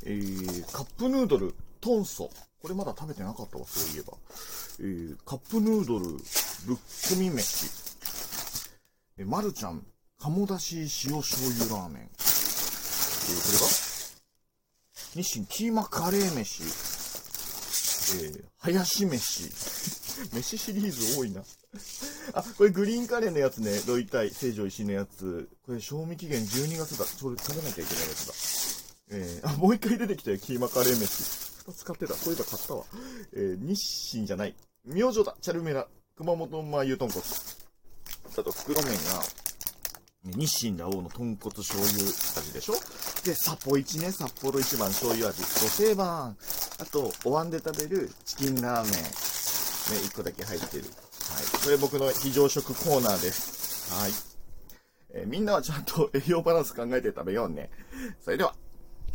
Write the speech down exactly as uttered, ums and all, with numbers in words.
えー、カップヌードル、トンソ。これまだ食べてなかったわ、そういえば。えー、カップヌードル、ぶっこみ飯。えー、まるちゃん、鴨だし塩醤油ラーメン。えー、これが日清キーマカレー飯。えー、ハヤシ飯。飯シリーズ多いな。あ、これグリーンカレーのやつね。ロイタイ、成城石井のやつ。これ賞味期限じゅうにがつだ。それ食べなきゃいけないやつだ。えー、あ、もう一回出てきたよ。キーマカレー飯。二つ買ってた。そういえば買ったわ。えー、日清じゃない。明星だ。チャルメラ。熊本マー油豚骨。あと、袋麺が、日清ラオウの豚骨醤油味でしょ。で、札幌一ね。札幌一番醤油味。土定番。あと、お椀で食べるチキンラーメン。ね、一個だけ入ってる。はい。これ僕の非常食コーナーです。はい。えー、みんなはちゃんと栄養バランス考えて食べようね。それでは。